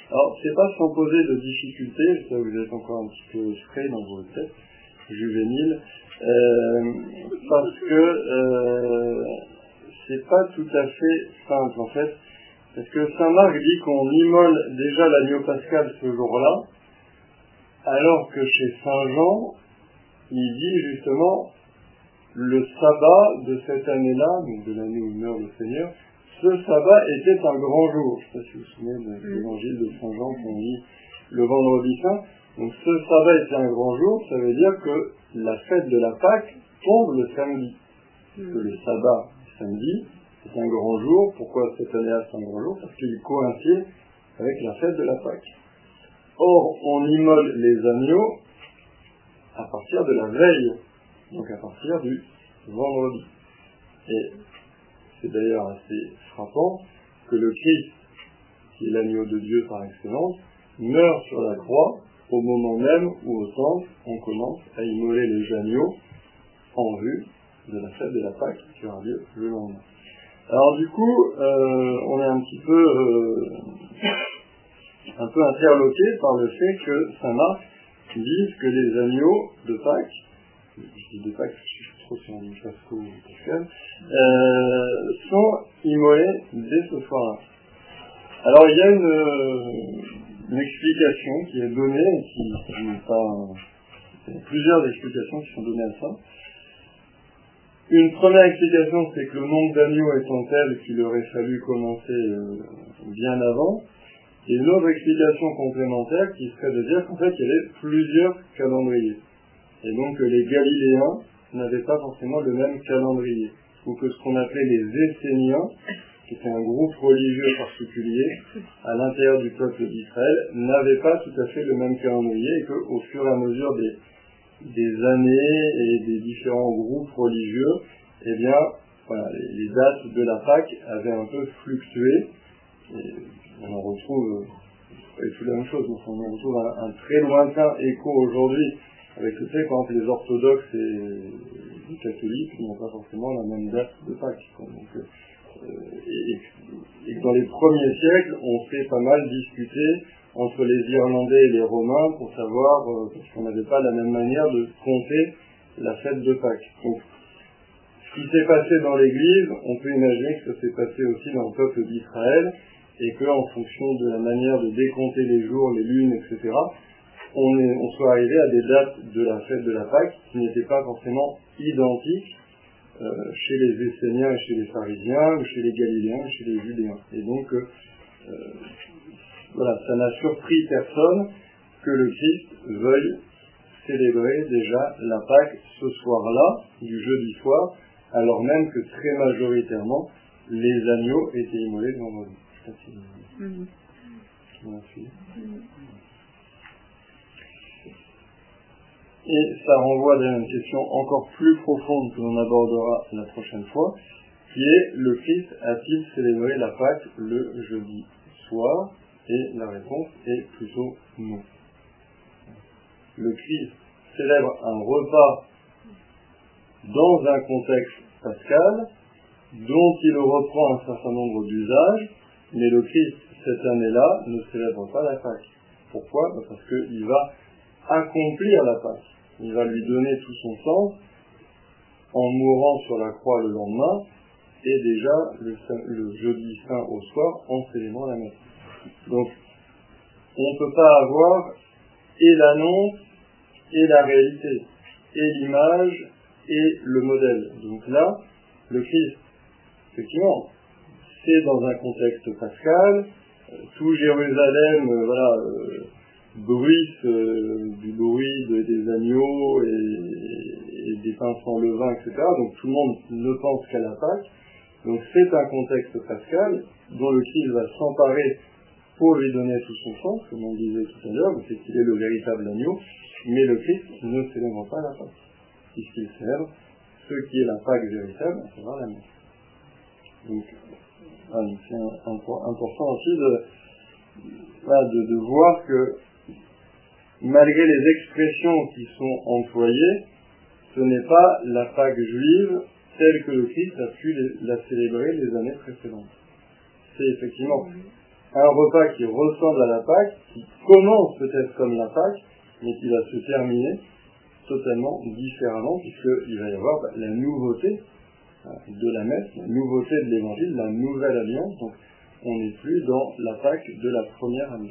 Alors, c'est pas sans poser de difficultés, je sais que vous êtes encore un petit peu frais dans vos têtes juvéniles, euh, parce que euh, c'est pas tout à fait simple en fait, parce que saint Marc dit qu'on immole déjà l'agneau pascal ce jour-là, alors que chez saint Jean, il dit justement le sabbat de cette année-là, donc de l'année où meurt le Seigneur, ce sabbat était un grand jour. Je ne sais pas si vous vous souvenez de l'évangile de saint Jean qu'on lit le vendredi saint. Donc ce sabbat était un grand jour, ça veut dire que la fête de la Pâque tombe le samedi. Que le sabbat samedi est un grand jour. Pourquoi cette année-là c'est un grand jour? Parce qu'il coïncide avec la fête de la Pâque. Or, on immole les agneaux à partir de la veille, donc à partir du vendredi. Et c'est d'ailleurs assez frappant que le Christ, qui est l'agneau de Dieu par excellence, meurt sur la croix au moment même où au temple on commence à immoler les agneaux en vue de la fête de la Pâque qui aura lieu le lendemain. Alors du coup, euh, on est un petit peu euh, un peu interloqué par le fait que saint Marc dise que les agneaux de Pâques, je dis de Pâques, je suis trop sur un Pasco ou Pascal, euh, sont immolés dès ce soir-là. Alors il y a une, une explication qui est donnée, et qui, qui n'est pas, il y a plusieurs explications qui sont données à ça. Une première explication, c'est que le nombre d'agneaux étant tel qu'il aurait fallu commencer euh, bien avant. Et une autre explication complémentaire qui serait de dire qu'en fait il y avait plusieurs calendriers. Et donc que les Galiléens n'avaient pas forcément le même calendrier. Ou que ce qu'on appelait les Esséniens, qui était un groupe religieux particulier à l'intérieur du peuple d'Israël, n'avaient pas tout à fait le même calendrier et qu'au fur et à mesure des des années et des différents groupes religieux, eh bien, voilà, les, les dates de la Pâque avaient un peu fluctué. Et on en retrouve, c'est tout la même chose, donc on en retrouve un, un très lointain écho aujourd'hui avec le fait que, par exemple, les orthodoxes et les catholiques n'ont pas forcément la même date de Pâques. Donc, euh, et, et que dans les premiers siècles, on s'est pas mal discuté entre les Irlandais et les Romains pour savoir, euh, parce qu'on n'avait pas la même manière de compter la fête de Pâques. Donc, ce qui s'est passé dans l'Église, on peut imaginer que ça s'est passé aussi dans le peuple d'Israël, et qu'en fonction de la manière de décompter les jours, les lunes, et cetera, on, est, on soit arrivé à des dates de la fête de la Pâque qui n'étaient pas forcément identiques euh, chez les Esséniens et chez les Pharisiens, ou chez les Galiléens, ou chez les Judéens. Et donc, euh, voilà, ça n'a surpris personne que le Christ veuille célébrer déjà la Pâque ce soir-là, du jeudi soir, alors même que très majoritairement, les agneaux étaient immolés le vendredi. Je sais pas si vous mm-hmm. m'en suivez. Mm-hmm. Et ça renvoie à une question encore plus profonde que l'on abordera la prochaine fois, qui est: le Christ a-t-il célébré la Pâque le jeudi soir? Et la réponse est plutôt non. Le Christ célèbre un repas dans un contexte pascal, dont il reprend un certain nombre d'usages, mais le Christ, cette année-là, ne célèbre pas la Pâque. Pourquoi? Parce qu'il va accomplir la Pâque. Il va lui donner tout son sens en mourant sur la croix le lendemain, et déjà le, le jeudi saint au soir en célébrant la messe. Donc, on ne peut pas avoir et l'annonce, et la réalité, et l'image, et le modèle. Donc là, le Christ, effectivement, c'est dans un contexte pascal, euh, tout Jérusalem, euh, voilà, euh, bruisse euh, du bruit de, des agneaux et, et des pains sans levain, et cetera. Donc tout le monde ne pense qu'à la Pâque. Donc c'est un contexte pascal dont le Christ va s'emparer pour lui donner tout son sens, comme on disait tout à l'heure, c'est qu'il est le véritable agneau, mais le Christ ne célèbre pas la Pâque, puisqu'il célèbre ce qui est la Pâque véritable, à savoir la messe. Donc, voilà, c'est un, un, important aussi de, voilà, de, de voir que malgré les expressions qui sont employées, ce n'est pas la Pâque juive telle que le Christ a pu les, la célébrer les années précédentes. C'est effectivement un repas qui ressemble à la Pâque, qui commence peut-être comme la Pâque, mais qui va se terminer totalement différemment, puisqu'il va y avoir bah, la nouveauté de la messe, la nouveauté de l'évangile, la nouvelle alliance. Donc on n'est plus dans la Pâque de la première année.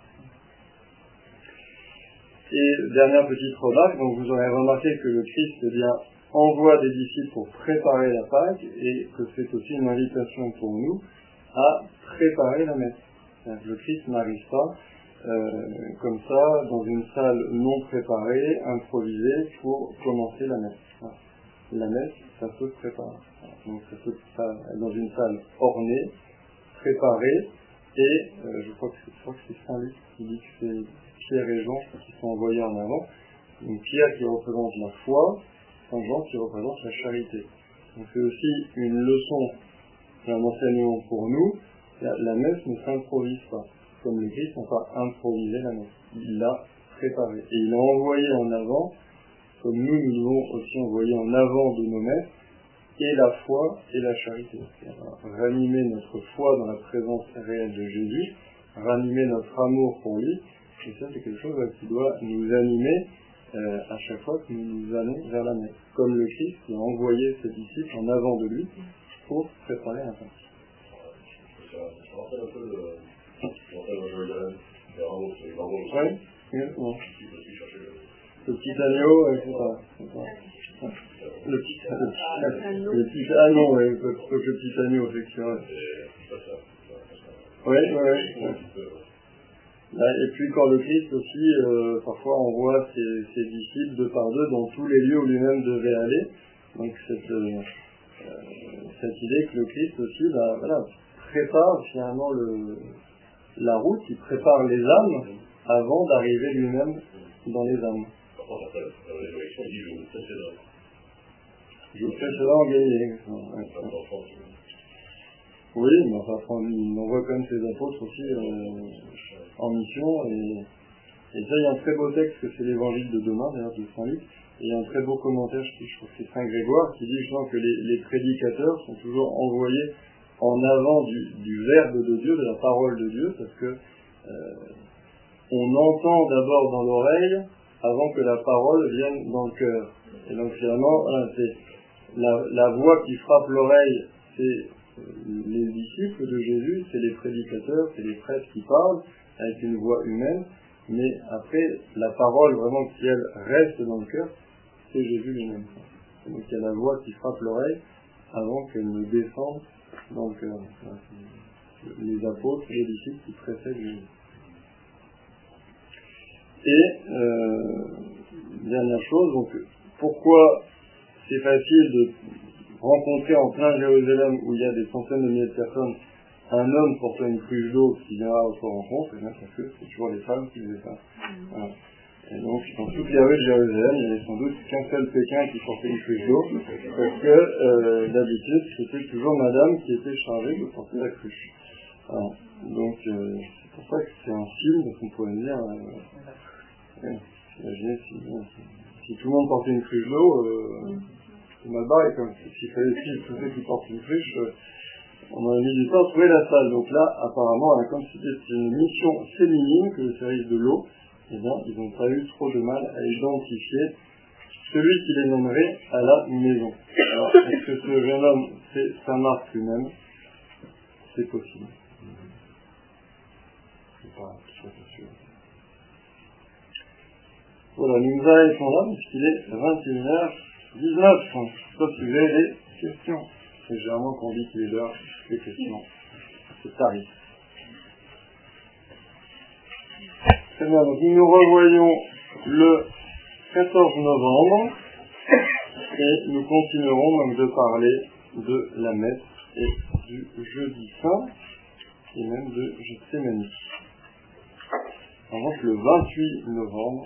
Et dernière petite remarque, donc vous aurez remarqué que le Christ eh bien, envoie des disciples pour préparer la Pâque, et que c'est aussi une invitation pour nous à préparer la messe. C'est-à-dire que le Christ n'arrive pas euh, comme ça dans une salle non préparée, improvisée, pour commencer la messe. Voilà. La messe, ça se prépare. Donc ça se prépare dans une salle ornée, préparée, et euh, je crois que c'est, je crois que c'est Saint Luc qui dit que c'est Pierre et Jean qui sont envoyés en avant. Donc Pierre qui représente la foi, Saint Jean qui représente la charité. Donc c'est aussi une leçon, un enseignement pour nous. La, la messe ne s'improvise pas. Comme le Christ n'a pas improvisé la messe. Il l'a préparée. Et il l'a envoyé en avant, comme nous, nous devons aussi envoyer en avant de nos messes, et la foi et la charité. Ranimer notre foi dans la présence réelle de Jésus, ranimer notre amour pour lui, et ça c'est quelque chose qui doit nous animer euh, à chaque fois que nous nous allons vers la messe. Comme le Christ qui a envoyé ses disciples en avant de lui pour préparer la Pâque. Ça rappelle un peu le... ça rappelle un peu le... Oui, exactement. Le petit agneau, euh, c'est ça. C'est ça. Le petit, le petit, le petit agneau, oui, le petit agneau, effectivement. Oui, oui, oui. Et puis quand le Christ aussi, euh, parfois envoie ses, ses disciples deux par deux dans tous les lieux où lui-même devait aller. Donc cette, euh, cette idée que le Christ aussi bah, voilà, prépare finalement le, la route, il prépare les âmes avant d'arriver lui-même dans les âmes. Je vous précédent gagner. Oui, mais enfin, il envoie quand même ses apôtres aussi euh, en mission. Et, et ça, il y a un très beau texte, que c'est l'évangile de demain, d'ailleurs, de Saint Luc. Et il y a un très beau commentaire, je crois que c'est Saint Grégoire, qui dit justement que les, les prédicateurs sont toujours envoyés en avant du, du Verbe de Dieu, de la parole de Dieu, parce que euh, on entend d'abord dans l'oreille avant que la parole vienne dans le cœur. Et donc finalement, voilà, c'est la, la voix qui frappe l'oreille, c'est les disciples de Jésus, c'est les prédicateurs, c'est les prêtres qui parlent avec une voix humaine, mais après, la parole vraiment qui elle reste dans le cœur, c'est Jésus lui-même. Donc il y a la voix qui frappe l'oreille avant qu'elle ne descende dans le cœur. Les apôtres, les disciples qui précèdent Jésus. Et euh, dernière chose, donc pourquoi c'est facile de rencontrer en plein Jérusalem où il y a des centaines de milliers de personnes un homme portant une cruche d'eau qui viendra à votre rencontre, et bien parce que c'est toujours les femmes qui faisaient ça. Voilà. Et donc dans toutes les rues de Jérusalem, il n'y avait sans doute qu'un seul Pékin qui portait une cruche d'eau, parce que euh, d'habitude c'était toujours madame qui était chargée de porter la cruche. Voilà. Donc euh, c'est pour ça que c'est un film, donc on pourrait dire euh, ouais, imaginez si, si, si tout le monde portait une cruche d'eau, euh, c'est mal barré comme s'il fallait suivre tous ceux qui portent une cruche, euh, on a mis du temps à trouver la salle. Donc là, apparemment, comme c'était une mission féminine que le service de l'eau, eh bien, ils n'ont pas eu trop de mal à identifier celui qui les nommerait à la maison. Alors, est-ce que ce jeune homme, c'est Saint-Marc lui-même? C'est possible. C'est pas tout à fait sûr. Voilà, nous nous arrêtons là, puisqu'il est vingt et une heures dix-neuf. Sauf si vous avez des questions. C'est généralement qu'on dit qu'il est l'heure des questions. C'est tarif. Très bien, donc nous nous revoyons le quatorze novembre et nous continuerons donc de parler de la messe et du jeudi saint et même de Gethsémani. En revanche, le vingt-huit novembre,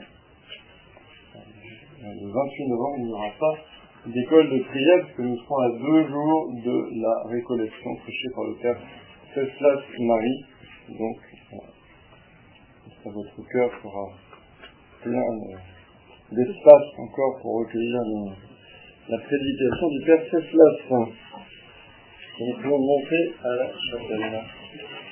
le vingt-huit novembre, il n'y aura pas d'école de prière, parce que nous serons à deux jours de la récollection prêchée par le Père Ceslas Marie. Donc, euh, votre cœur sera plein d'espace encore pour recueillir le, la prédication du Père Ceslas. Nous pouvons monter à la chapelle.